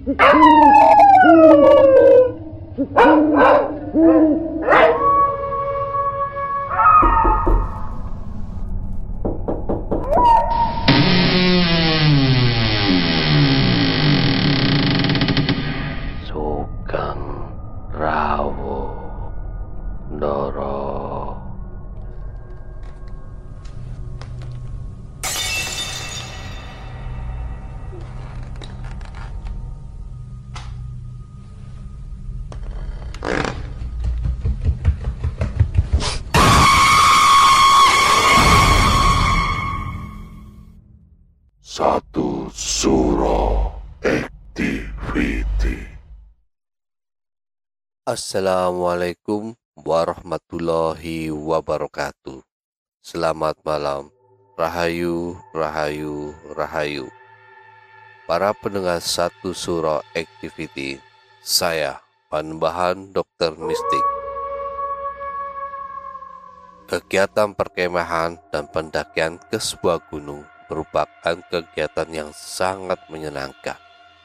Sugeng Rawuh Ndara. Satu Suro Activity. Assalamualaikum warahmatullahi wabarakatuh. Selamat malam. Rahayu, rahayu, rahayu. Para pendengar Satu Suro Activity, saya Panembahan Dr. Mistik. Kegiatan perkemahan dan pendakian ke sebuah gunung merupakan kegiatan yang sangat menyenangkan.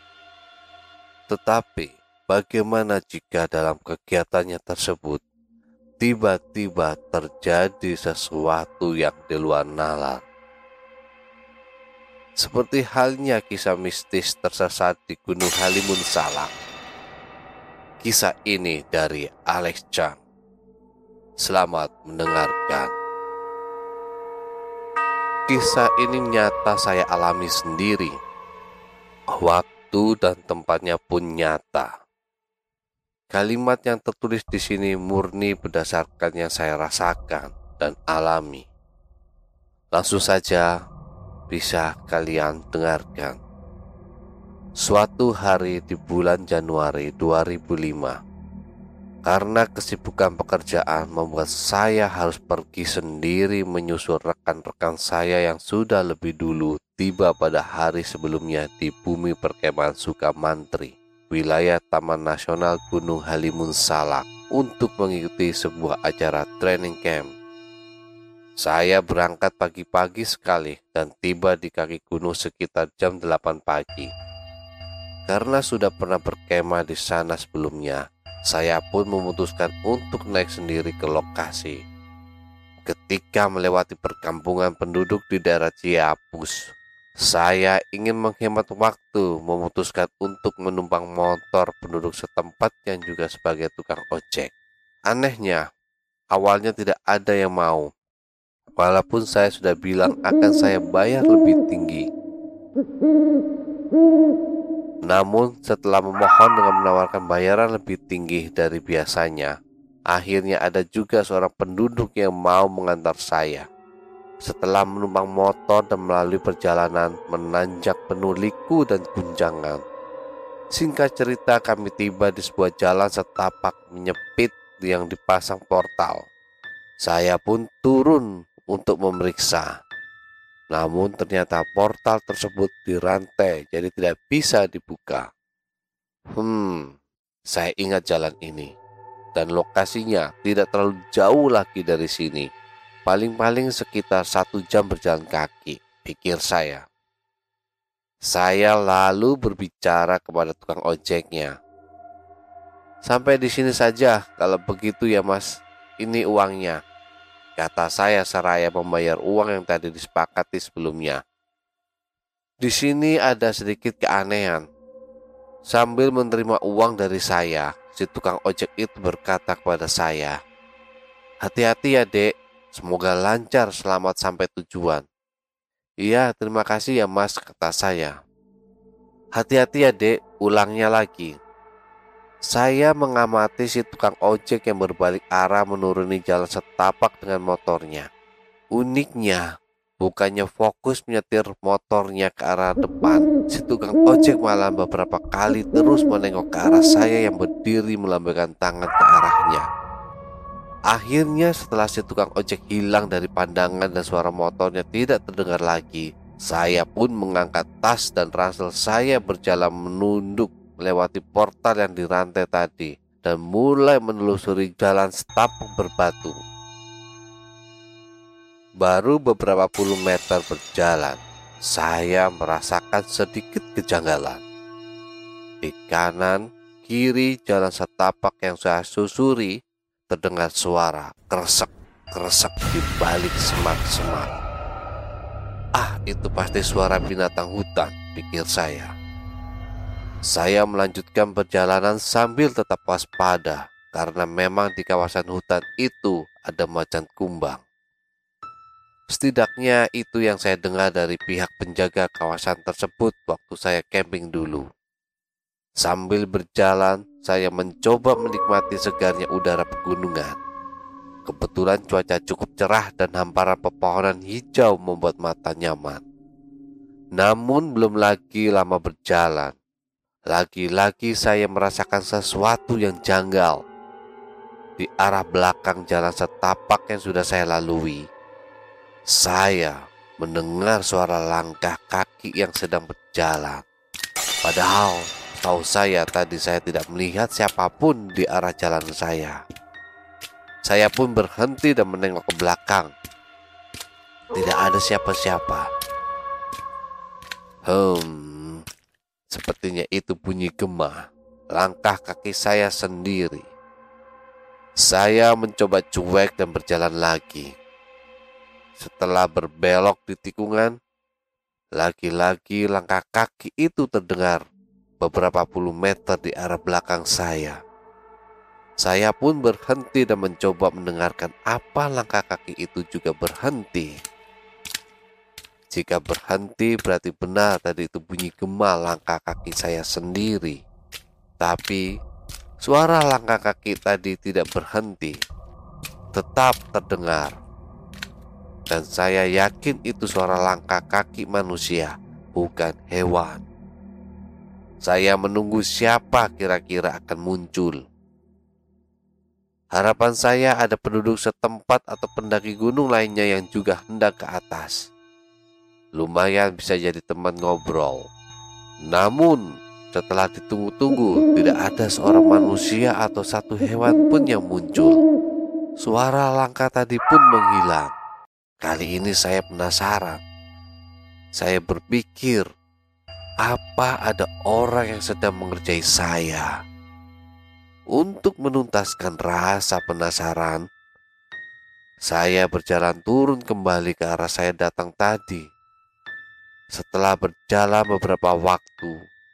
Tetapi, bagaimana jika dalam kegiatannya tersebut tiba-tiba terjadi sesuatu yang di luar nalar? Seperti halnya kisah mistis tersesat di Gunung Halimun Salak. Kisah ini dari Alex Chang. Selamat mendengarkan. Kisah ini nyata saya alami sendiri. Waktu dan tempatnya pun nyata. Kalimat yang tertulis di sini murni berdasarkan yang saya rasakan dan alami. Langsung saja bisa kalian dengarkan. Suatu hari di bulan Januari 2005, karena kesibukan pekerjaan membuat saya harus pergi sendiri menyusul rekan-rekan saya yang sudah lebih dulu tiba pada hari sebelumnya di bumi perkemahan Sukamantri, wilayah Taman Nasional Gunung Halimun Salak, untuk mengikuti sebuah acara training camp. Saya berangkat pagi-pagi sekali dan tiba di kaki gunung sekitar jam 8 pagi. Karena sudah pernah berkemah di sana sebelumnya, saya pun memutuskan untuk naik sendiri ke lokasi. Ketika melewati perkampungan penduduk di daerah Ciapus, saya ingin menghemat waktu, memutuskan untuk menumpang motor penduduk setempat yang juga sebagai tukang ojek. Anehnya, awalnya tidak ada yang mau, walaupun saya sudah bilang akan saya bayar lebih tinggi. Namun setelah memohon dengan menawarkan bayaran lebih tinggi dari biasanya, akhirnya ada juga seorang penduduk yang mau mengantar saya. Setelah menumpang motor dan melalui perjalanan menanjak penuh liku dan guncangan, singkat cerita kami tiba di sebuah jalan setapak menyempit yang dipasang portal. Saya pun turun untuk memeriksa. Namun ternyata portal tersebut dirantai, jadi tidak bisa dibuka. Saya ingat jalan ini, dan lokasinya tidak terlalu jauh lagi dari sini. Paling-paling sekitar 1 jam berjalan kaki, pikir saya. Saya lalu berbicara kepada tukang ojeknya. "Sampai di sini saja, kalau begitu ya mas, ini uangnya," kata saya seraya membayar uang yang tadi disepakati sebelumnya. Di sini ada sedikit keanehan. Sambil menerima uang dari saya, si tukang ojek itu berkata kepada saya, "Hati-hati ya dek, semoga lancar selamat sampai tujuan." "Iya, terima kasih ya mas," kata saya. "Hati-hati ya dek," ulangnya lagi. Saya mengamati si tukang ojek yang berbalik arah menuruni jalan setapak dengan motornya. Uniknya, bukannya fokus menyetir motornya ke arah depan, si tukang ojek malah beberapa kali terus menengok ke arah saya yang berdiri melambaikan tangan ke arahnya. Akhirnya setelah si tukang ojek hilang dari pandangan dan suara motornya tidak terdengar lagi, saya pun mengangkat tas dan ransel saya berjalan menunduk melewati portal yang dirantai tadi dan mulai menelusuri jalan setapak berbatu. Baru beberapa puluh meter berjalan, saya merasakan sedikit kejanggalan. Di kanan, kiri jalan setapak yang saya susuri, terdengar suara kresek-kresek di balik semak-semak. Ah, itu pasti suara binatang hutan, pikir saya. Saya melanjutkan perjalanan sambil tetap waspada, karena memang di kawasan hutan itu ada macan kumbang. Setidaknya itu yang saya dengar dari pihak penjaga kawasan tersebut waktu saya camping dulu. Sambil berjalan, saya mencoba menikmati segarnya udara pegunungan. Kebetulan cuaca cukup cerah dan hamparan pepohonan hijau membuat mata nyaman. Namun belum lagi lama berjalan, lagi-lagi saya merasakan sesuatu yang janggal. Di arah belakang jalan setapak yang sudah saya lalui, saya mendengar suara langkah kaki yang sedang berjalan. Padahal tahu saya tadi saya tidak melihat siapapun di arah jalan saya. Saya pun berhenti dan menengok ke belakang. Tidak ada siapa-siapa. Sepertinya itu bunyi gema langkah kaki saya sendiri. Saya mencoba cuek dan berjalan lagi. Setelah berbelok di tikungan, lagi-lagi langkah kaki itu terdengar beberapa puluh meter di arah belakang saya. Saya pun berhenti dan mencoba mendengarkan apa langkah kaki itu juga berhenti. Jika berhenti berarti benar tadi itu bunyi gema langkah kaki saya sendiri. Tapi suara langkah kaki tadi tidak berhenti, tetap terdengar. Dan saya yakin itu suara langkah kaki manusia, bukan hewan. Saya menunggu siapa kira-kira akan muncul. Harapan saya ada penduduk setempat atau pendaki gunung lainnya yang juga hendak ke atas. Lumayan bisa jadi teman ngobrol. Namun setelah ditunggu-tunggu, tidak ada seorang manusia atau satu hewan pun yang muncul. Suara langkah tadi pun menghilang. Kali ini saya penasaran. Saya berpikir, apa ada orang yang sedang mengerjai saya? Untuk menuntaskan rasa penasaran, saya berjalan turun kembali ke arah saya datang tadi. Setelah berjalan beberapa waktu,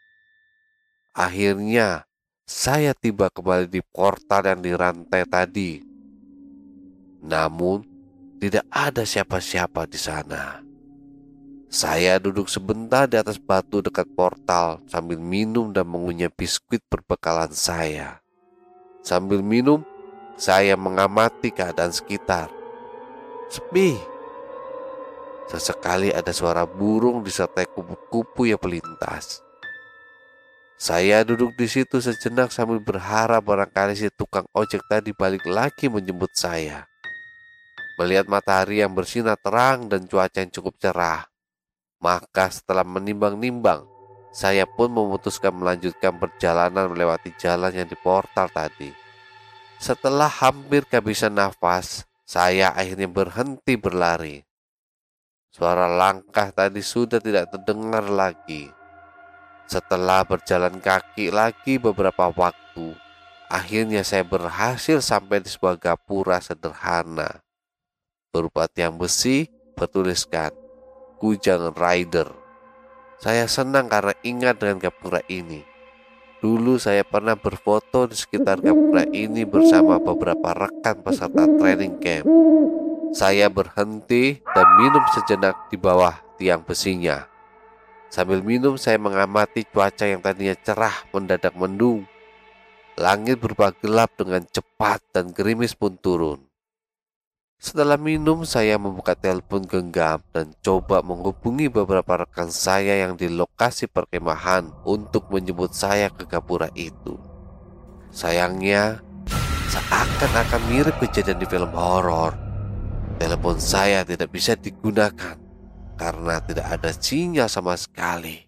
akhirnya saya tiba kembali di portal yang dirantai tadi. Namun tidak ada siapa-siapa di sana. Saya duduk sebentar di atas batu dekat portal sambil minum dan mengunyah biskuit berbekalan saya. Sambil minum, saya mengamati keadaan sekitar. Sepi. Sesekali ada suara burung disertai kupu-kupu yang melintas. Saya duduk di situ sejenak sambil berharap barangkali si tukang ojek tadi balik lagi menjemput saya. Melihat matahari yang bersinar terang dan cuaca yang cukup cerah, maka setelah menimbang-nimbang, saya pun memutuskan melanjutkan perjalanan melewati jalan yang di portal tadi. Setelah hampir kehabisan nafas, saya akhirnya berhenti berlari. Suara langkah tadi sudah tidak terdengar lagi. Setelah berjalan kaki lagi beberapa waktu, akhirnya saya berhasil sampai di sebuah gapura sederhana. Berupa tiang besi bertuliskan Kujang Rider. Saya senang karena ingat dengan gapura ini. Dulu saya pernah berfoto di sekitar gapura ini bersama beberapa rekan peserta training camp. Saya berhenti dan minum sejenak di bawah tiang besinya. Sambil minum saya mengamati cuaca yang tadinya cerah mendadak mendung. Langit berubah gelap dengan cepat dan gerimis pun turun. Setelah minum, saya membuka telepon genggam dan coba menghubungi beberapa rekan saya yang di lokasi perkemahan untuk menjemput saya ke gapura itu. Sayangnya, seakan-akan mirip kejadian di film horor. Telepon saya tidak bisa digunakan karena tidak ada sinyal sama sekali.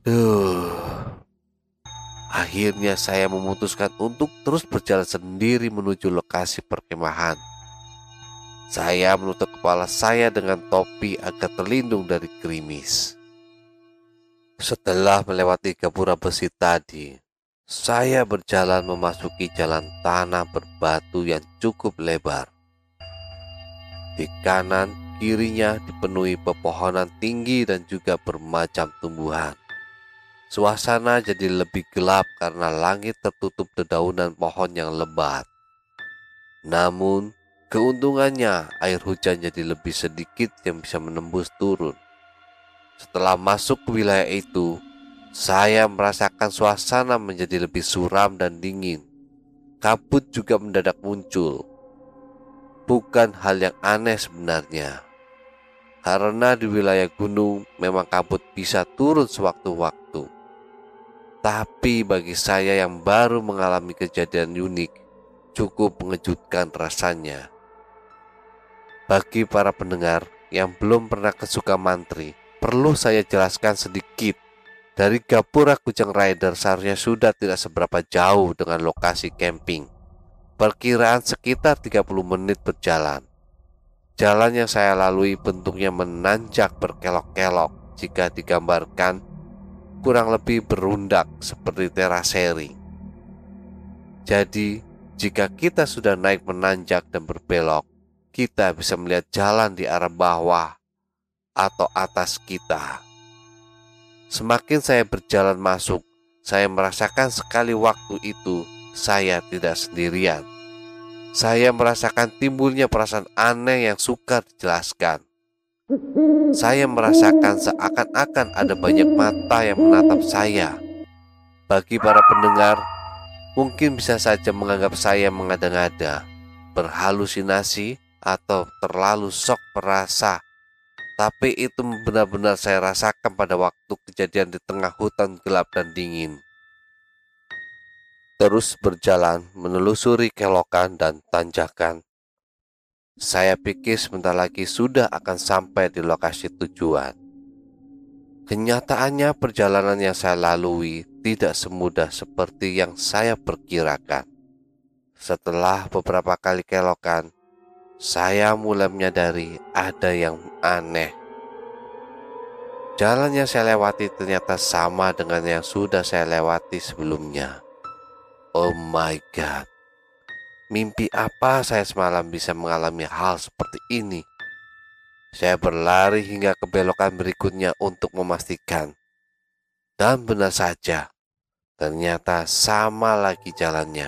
Akhirnya saya memutuskan untuk terus berjalan sendiri menuju lokasi perkemahan. Saya menutup kepala saya dengan topi agar terlindung dari gerimis. Setelah melewati gapura besi tadi, Saya berjalan memasuki jalan tanah berbatu yang cukup lebar. Di kanan kirinya dipenuhi pepohonan tinggi dan juga bermacam tumbuhan. Suasana jadi lebih gelap karena langit tertutup dedaunan pohon yang lebat. Namun, keuntungannya air hujan jadi lebih sedikit yang bisa menembus turun. Setelah masuk ke wilayah itu, saya merasakan suasana menjadi lebih suram dan dingin. Kabut juga mendadak muncul. Bukan hal yang aneh sebenarnya, karena di wilayah gunung memang kabut bisa turun sewaktu-waktu. Tapi bagi saya yang baru mengalami kejadian unik, cukup mengejutkan rasanya. Bagi para pendengar yang belum pernah ke Sukamantri, perlu saya jelaskan sedikit. Dari Gapura Kujang Rider seharusnya sudah tidak seberapa jauh dengan lokasi camping. Perkiraan sekitar 30 menit berjalan. Jalan yang saya lalui bentuknya menanjak berkelok-kelok jika digambarkan kurang lebih berundak seperti terasering. Jadi, jika kita sudah naik menanjak dan berbelok, kita bisa melihat jalan di arah bawah atau atas kita. Semakin saya berjalan masuk, saya merasakan sekali waktu itu saya tidak sendirian. Saya merasakan timbulnya perasaan aneh yang sukar dijelaskan. Saya merasakan seakan-akan ada banyak mata yang menatap saya. Bagi para pendengar, mungkin bisa saja menganggap saya mengada-ngada, berhalusinasi, atau terlalu sok perasa. Tapi itu benar-benar saya rasakan pada waktu kejadian di tengah hutan gelap dan dingin. Terus berjalan menelusuri kelokan dan tanjakan. Saya pikir sebentar lagi sudah akan sampai di lokasi tujuan. Kenyataannya perjalanan yang saya lalui tidak semudah seperti yang saya perkirakan. Setelah beberapa kali kelokan, saya mulai menyadari ada yang aneh. Jalan yang saya lewati ternyata sama dengan yang sudah saya lewati sebelumnya. Oh my God, mimpi apa saya semalam bisa mengalami hal seperti ini? Saya berlari hingga ke belokan berikutnya untuk memastikan. Dan benar saja, ternyata sama lagi jalannya.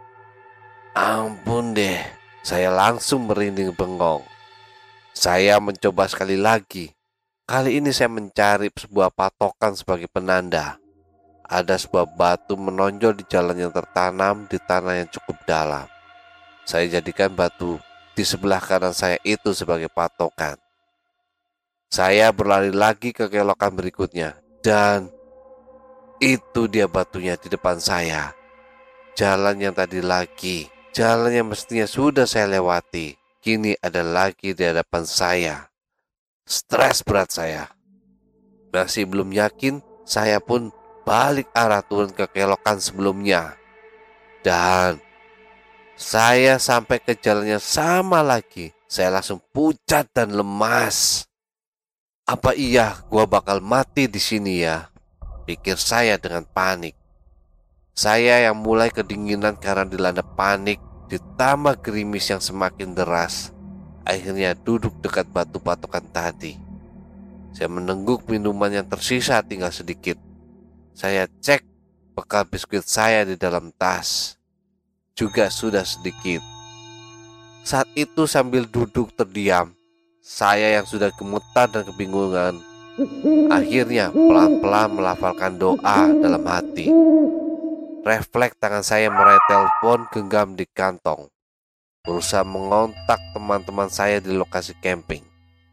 Ampun deh, saya langsung merinding bengong. Saya mencoba sekali lagi. Kali ini saya mencari sebuah patokan sebagai penanda. Ada sebuah batu menonjol di jalan yang tertanam di tanah yang cukup dalam. Saya jadikan batu di sebelah kanan saya itu sebagai patokan. Saya berlari lagi ke kelokan berikutnya. Dan itu dia batunya di depan saya. Jalan yang tadi lagi, jalan yang mestinya sudah saya lewati, kini ada lagi di hadapan saya. Stres berat saya. Masih belum yakin, saya pun balik arah turun ke kelokan sebelumnya. Dan saya sampai ke jalan yang sama lagi. Saya langsung pucat dan lemas. Apa iya gua bakal mati di sini ya? Pikir saya dengan panik. Saya yang mulai kedinginan karena dilanda panik, ditambah gerimis yang semakin deras, akhirnya duduk dekat batu patokan tadi. Saya menengguk minuman yang tersisa tinggal sedikit. Saya cek bekal biskuit saya di dalam tas. Juga sudah sedikit. Saat itu sambil duduk terdiam, saya yang sudah gemetar dan kebingungan, akhirnya pelan-pelan melafalkan doa dalam hati. Refleks tangan saya meraih telepon genggam di kantong, berusaha mengontak teman-teman saya di lokasi camping.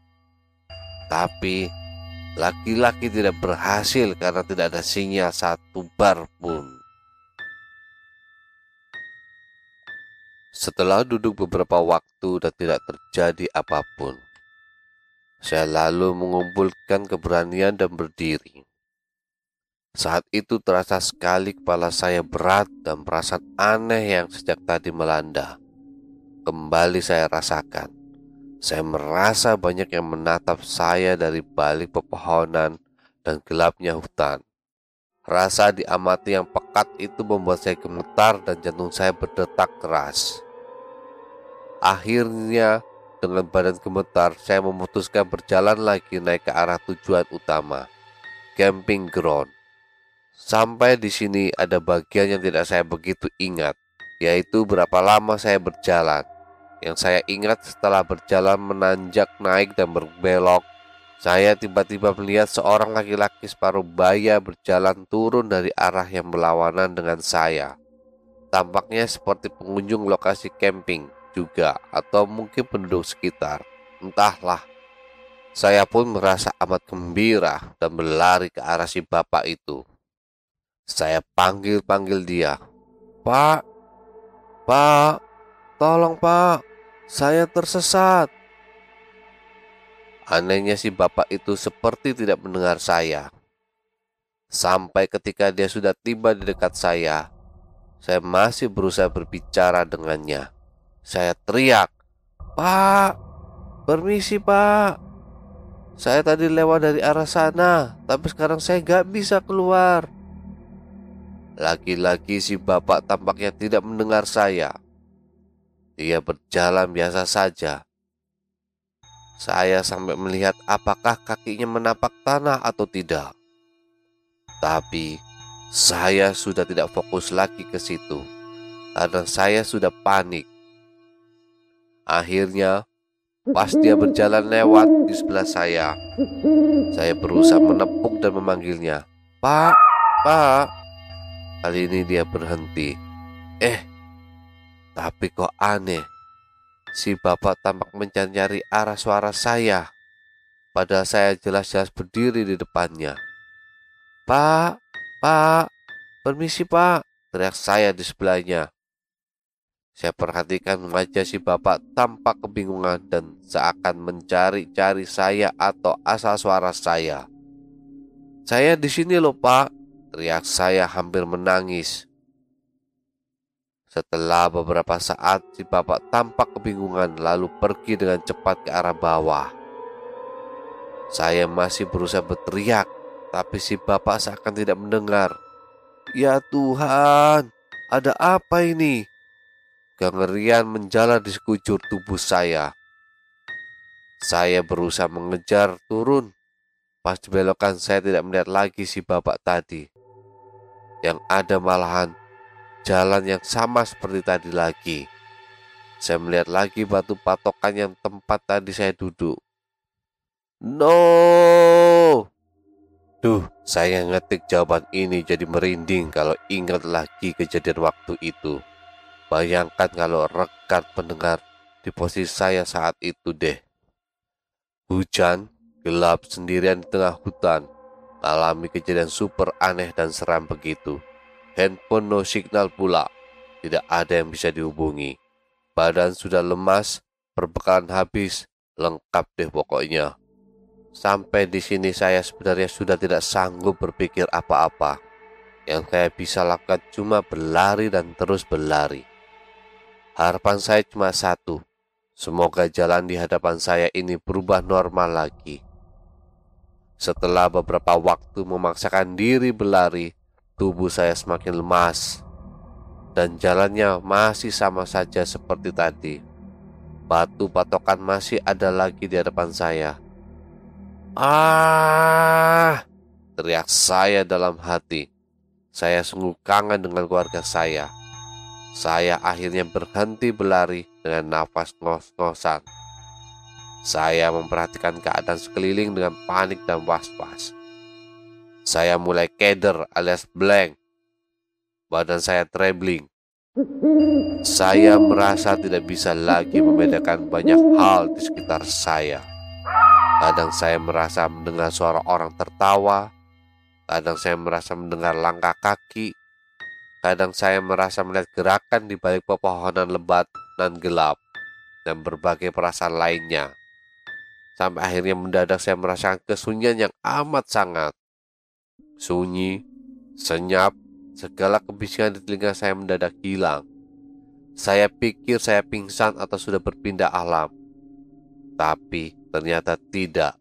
Tapi laki-laki tidak berhasil karena tidak ada sinyal satu bar pun. Setelah duduk beberapa waktu dan tidak terjadi apapun, saya lalu mengumpulkan keberanian dan berdiri. Saat itu terasa sekali kepala saya berat dan perasaan aneh yang sejak tadi melanda. Kembali saya rasakan. Saya merasa banyak yang menatap saya dari balik pepohonan dan gelapnya hutan. Rasa diamati yang peka pekat itu membuat saya gemetar dan jantung saya berdetak keras. Akhirnya, dengan badan gemetar, saya memutuskan berjalan lagi naik ke arah tujuan utama, camping ground. Sampai di sini ada bagian yang tidak saya begitu ingat, yaitu berapa lama saya berjalan. Yang saya ingat setelah berjalan menanjak naik dan berbelok, saya tiba-tiba melihat seorang laki-laki separuh baya berjalan turun dari arah yang berlawanan dengan saya. Tampaknya seperti pengunjung lokasi camping juga, atau mungkin penduduk sekitar. Entahlah. Saya pun merasa amat gembira dan berlari ke arah si bapak itu. Saya panggil-panggil dia. "Pak, Pak, tolong Pak, saya tersesat." Anehnya si bapak itu seperti tidak mendengar saya. Sampai ketika dia sudah tiba di dekat saya masih berusaha berbicara dengannya. Saya teriak, "Pak, permisi Pak. Saya tadi lewat dari arah sana, tapi sekarang saya gak bisa keluar." Lagi-lagi si bapak tampaknya tidak mendengar saya. Dia berjalan biasa saja. Saya sampai melihat apakah kakinya menapak tanah atau tidak. Tapi saya sudah tidak fokus lagi ke situ karena saya sudah panik. Akhirnya, pas dia berjalan lewat di sebelah saya berusaha menepuk dan memanggilnya, "Pak, Pak." Kali ini dia berhenti. Tapi kok aneh. Si bapak tampak mencari arah suara saya, padahal saya jelas-jelas berdiri di depannya. "Pak, Pak, permisi Pak," teriak saya di sebelahnya. Saya perhatikan wajah si bapak tampak kebingungan dan seakan mencari-cari saya atau asal suara saya. "Saya di sini loh Pak," teriak saya hampir menangis. Setelah beberapa saat, si bapak tampak kebingungan lalu pergi dengan cepat ke arah bawah. Saya masih berusaha berteriak, tapi si bapak seakan tidak mendengar. Ya Tuhan, ada apa ini? Kengerian menjalar di sekujur tubuh saya. Saya berusaha mengejar turun. Pas di belokan saya tidak melihat lagi si bapak tadi. Yang ada malahan jalan yang sama seperti tadi lagi. Saya melihat lagi batu patokan yang tempat tadi saya duduk. No! Saya ngetik jawaban ini jadi merinding kalau ingat lagi kejadian waktu itu. Bayangkan kalau rekan pendengar di posisi saya saat itu deh. Hujan, gelap sendirian di tengah hutan. Alami kejadian super aneh dan seram begitu. Handphone no signal pula. Tidak ada yang bisa dihubungi. Badan sudah lemas, perbekalan habis, lengkap deh pokoknya. Sampai di sini saya sebenarnya sudah tidak sanggup berpikir apa-apa. Yang saya bisa lakukan cuma berlari dan terus berlari. Harapan saya cuma satu. Semoga jalan di hadapan saya ini berubah normal lagi. Setelah beberapa waktu memaksakan diri berlari, tubuh saya semakin lemas. Dan jalannya masih sama saja seperti tadi. Batu patokan masih ada lagi di hadapan saya. "Ah!" teriak saya dalam hati. Saya sungguh kangen dengan keluarga saya. Saya akhirnya berhenti berlari dengan nafas ngos-ngosan. Saya memperhatikan keadaan sekeliling dengan panik dan was-was. Saya mulai keder alias blank. Badan saya trembling. Saya merasa tidak bisa lagi membedakan banyak hal di sekitar saya. Kadang saya merasa mendengar suara orang tertawa. Kadang saya merasa mendengar langkah kaki. Kadang saya merasa melihat gerakan di balik pepohonan lebat dan gelap. Dan berbagai perasaan lainnya. Sampai akhirnya mendadak saya merasakan kesunyian yang amat sangat. Sunyi, senyap, segala kebisingan di telinga saya mendadak hilang. Saya pikir saya pingsan atau sudah berpindah alam. Tapi ternyata tidak.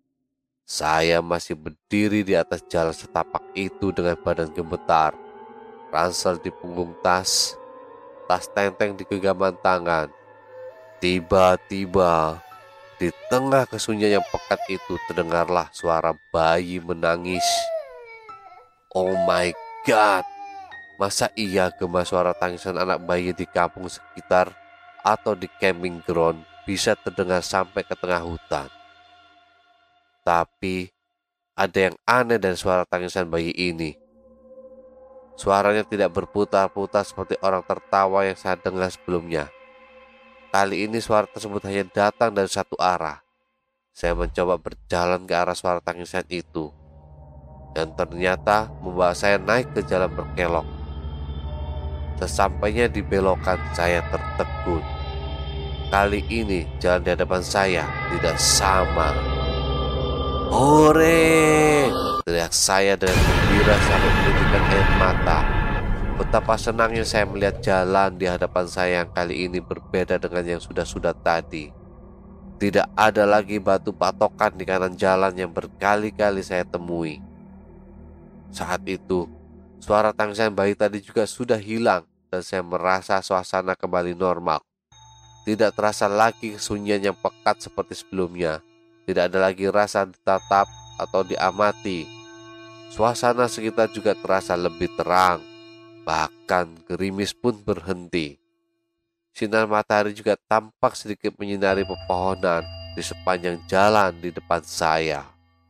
Saya masih berdiri di atas jalan setapak itu dengan badan gemetar. ransel di punggung tas, tas tenteng di genggaman tangan. Tiba-tiba di tengah kesunyian yang pekat itu terdengarlah suara bayi menangis. Oh my god, masa iya gema suara tangisan anak bayi di kampung sekitar atau di camping ground bisa terdengar sampai ke tengah hutan? Tapi ada yang aneh dari suara tangisan bayi ini. Suaranya tidak berputar-putar seperti orang tertawa yang saya dengar sebelumnya. Kali ini suara tersebut hanya datang dari satu arah. Saya mencoba berjalan ke arah suara tangisan itu, dan ternyata membawa saya naik ke jalan berkelok. Sesampainya di belokan, saya tertegun. Kali ini jalan di hadapan saya tidak sama. "Hore!" teriak saya dengan gembira sampai menitikkan air mata. Betapa senangnya saya melihat jalan di hadapan saya yang kali ini berbeda dengan yang sudah-sudah tadi. Tidak ada lagi batu patokan di kanan jalan yang berkali-kali saya temui. Saat itu, suara tangisan bayi tadi juga sudah hilang dan saya merasa suasana kembali normal. Tidak terasa lagi kesunyian yang pekat seperti sebelumnya. Tidak ada lagi rasa ditatap atau diamati. Suasana sekitar juga terasa lebih terang. Bahkan gerimis pun berhenti. Sinar matahari juga tampak sedikit menyinari pepohonan di sepanjang jalan di depan saya.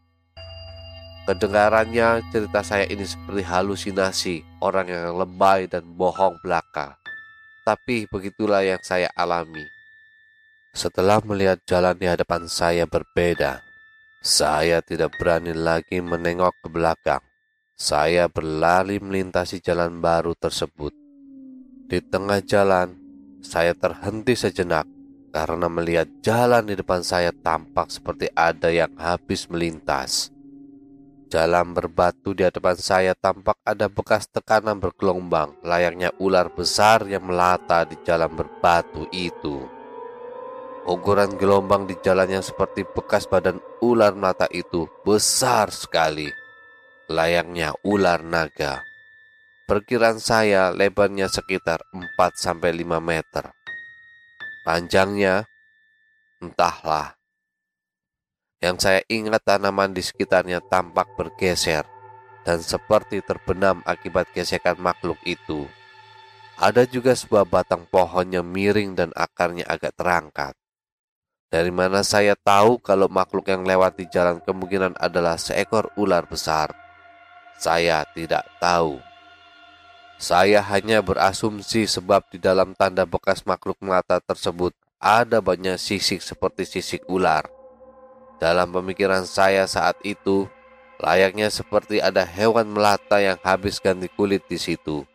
Kedengarannya cerita saya ini seperti halusinasi orang yang lebay dan bohong belaka. Tapi begitulah yang saya alami. Setelah melihat jalan di hadapan saya berbeda, saya tidak berani lagi menengok ke belakang. Saya berlari melintasi jalan baru tersebut. Di tengah jalan, saya terhenti sejenak karena melihat jalan di depan saya tampak seperti ada yang habis melintas. Jalan berbatu di hadapan saya tampak ada bekas tekanan bergelombang layaknya ular besar yang melata di jalan berbatu itu. Ukuran gelombang di jalan yang seperti bekas badan ular melata itu besar sekali, layaknya ular naga. Perkiraan saya lebarnya sekitar 4-5 meter. Panjangnya, entahlah. Yang saya ingat tanaman di sekitarnya tampak bergeser dan seperti terbenam akibat gesekan makhluk itu. Ada juga sebuah batang pohon yang miring dan akarnya agak terangkat. Dari mana saya tahu kalau makhluk yang lewat di jalan kemungkinan adalah seekor ular besar? Saya tidak tahu. Saya hanya berasumsi sebab di dalam tanda bekas makhluk melata tersebut ada banyak sisik seperti sisik ular. Dalam pemikiran saya saat itu, layaknya seperti ada hewan melata yang habis ganti kulit di situ.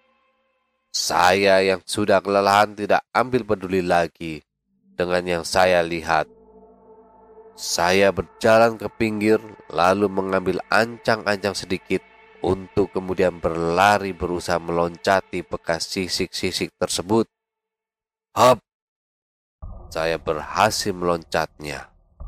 Saya yang sudah kelelahan tidak ambil peduli lagi dengan yang saya lihat. Saya berjalan ke pinggir lalu mengambil ancang-ancang sedikit untuk kemudian berlari berusaha meloncati bekas sisik-sisik tersebut. Hop! Saya berhasil meloncatnya.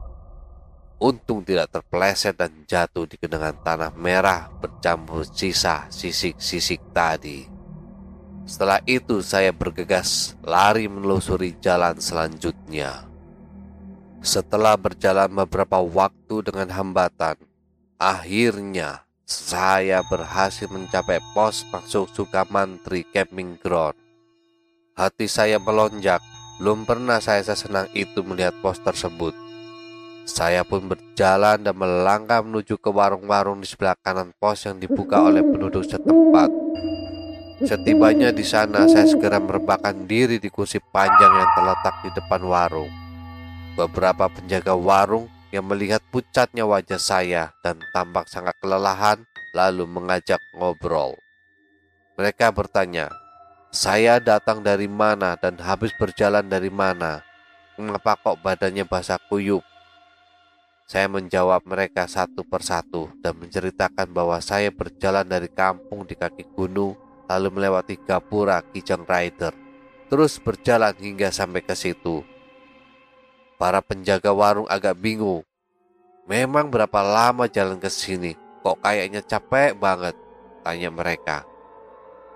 Untung tidak terpeleset dan jatuh di genangan tanah merah bercampur sisa sisik-sisik tadi. Setelah itu saya bergegas lari menelusuri jalan selanjutnya. Setelah berjalan beberapa waktu dengan hambatan, akhirnya saya berhasil mencapai pos masuk Sukamantri Camping Ground. Hati saya melonjak, belum pernah saya sesenang itu melihat pos tersebut. Saya pun berjalan dan melangkah menuju ke warung-warung di sebelah kanan pos yang dibuka oleh penduduk setempat. Setibanya di sana, saya segera merebahkan diri di kursi panjang yang terletak di depan warung. Beberapa penjaga warung yang melihat pucatnya wajah saya dan tampak sangat kelelahan, lalu mengajak ngobrol. Mereka bertanya, saya datang dari mana dan habis berjalan dari mana? Mengapa kok badannya basah kuyup? Saya menjawab mereka satu persatu dan menceritakan bahwa saya berjalan dari kampung di kaki gunung, lalu melewati Gapura Kijang Rider, terus berjalan hingga sampai ke situ. Para penjaga warung agak bingung. Memang berapa lama jalan ke sini? Kok kayaknya capek banget? Tanya mereka.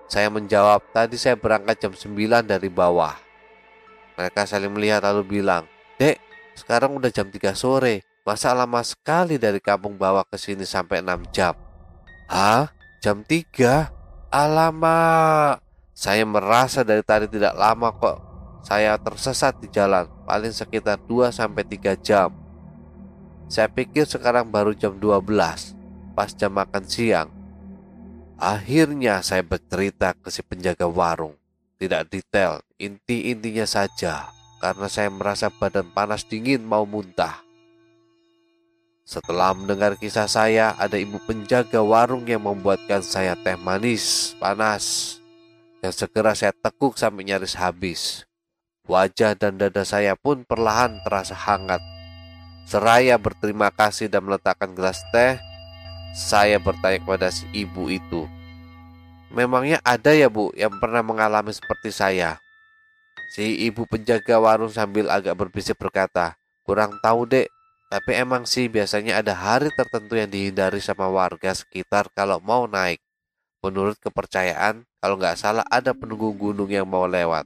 Saya menjawab, tadi saya berangkat jam 9 dari bawah. Mereka saling melihat lalu bilang, Dek, sekarang udah jam 3 sore. Masa lama sekali dari kampung bawah ke sini sampai 6 jam? Hah? Jam 3? Alamak. Saya merasa dari tadi tidak lama kok. Saya tersesat di jalan, paling sekitar 2-3 jam. Saya pikir sekarang baru jam 12, pas jam makan siang. Akhirnya saya bercerita ke si penjaga warung. Tidak detail, inti-intinya saja, karena saya merasa badan panas dingin mau muntah. Setelah mendengar kisah saya, ada ibu penjaga warung yang membuatkan saya teh manis, panas, yang segera saya tekuk sampai nyaris habis. Wajah dan dada saya pun perlahan terasa hangat. Seraya berterima kasih dan meletakkan gelas teh, saya bertanya kepada si ibu itu, memangnya ada ya Bu yang pernah mengalami seperti saya? Si ibu penjaga warung sambil agak berbisik berkata, kurang tahu dek, tapi emang sih biasanya ada hari tertentu yang dihindari sama warga sekitar kalau mau naik. Menurut kepercayaan, kalau nggak salah ada penunggu gunung yang mau lewat.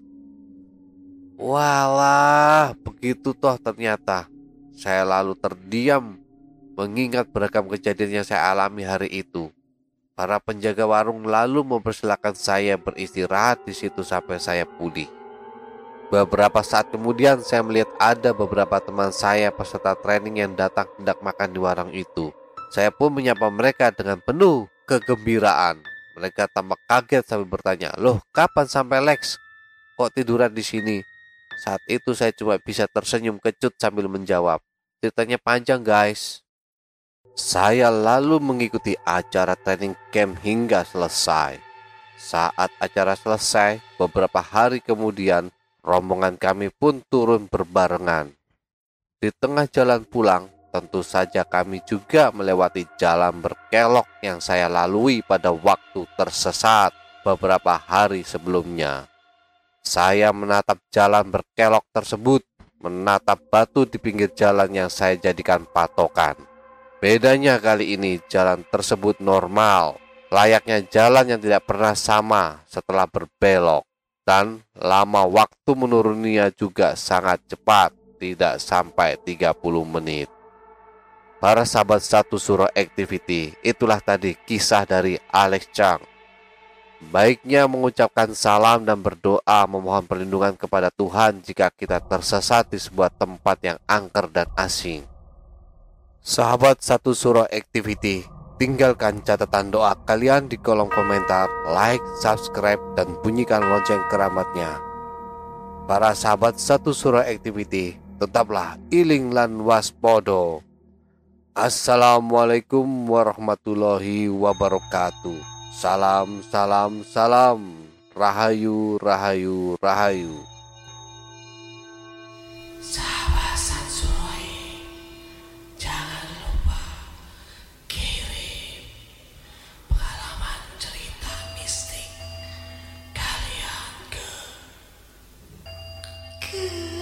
Walah, begitu toh ternyata. Saya lalu terdiam mengingat beragam kejadian yang saya alami hari itu. Para penjaga warung lalu mempersilahkan saya beristirahat di situ sampai saya pulih. Beberapa saat kemudian saya melihat ada beberapa teman saya peserta training yang datang hendak makan di warung itu. Saya pun menyapa mereka dengan penuh kegembiraan. Mereka tampak kaget sambil bertanya, loh kapan sampai Lex? Kok tiduran di sini? Saat itu saya cuma bisa tersenyum kecut sambil menjawab, ceritanya panjang guys. Saya lalu mengikuti acara training camp hingga selesai. Saat acara selesai, beberapa hari kemudian, rombongan kami pun turun berbarengan. Di tengah jalan pulang, tentu saja kami juga melewati jalan berkelok yang saya lalui pada waktu tersesat beberapa hari sebelumnya. Saya menatap jalan berkelok tersebut, menatap batu di pinggir jalan yang saya jadikan patokan. Bedanya kali ini jalan tersebut normal, layaknya jalan yang tidak pernah sama setelah berbelok. Dan lama waktu menuruninya juga sangat cepat, tidak sampai 30 menit. Para sahabat Satu Suro Activity, itulah tadi kisah dari Alex Chang. Baiknya mengucapkan salam dan berdoa memohon perlindungan kepada Tuhan jika kita tersesat di sebuah tempat yang angker dan asing. Sahabat Satu Suro Activity, tinggalkan catatan doa kalian di kolom komentar, like, subscribe, dan bunyikan lonceng keramatnya. Para sahabat Satu Suro Activity, tetaplah iling lan waspodo. Assalamualaikum warahmatullahi wabarakatuh. Salam, salam, salam. Rahayu, rahayu, rahayu. Sahabat Sansui, jangan lupa kirim pengalaman cerita mistik kalian ke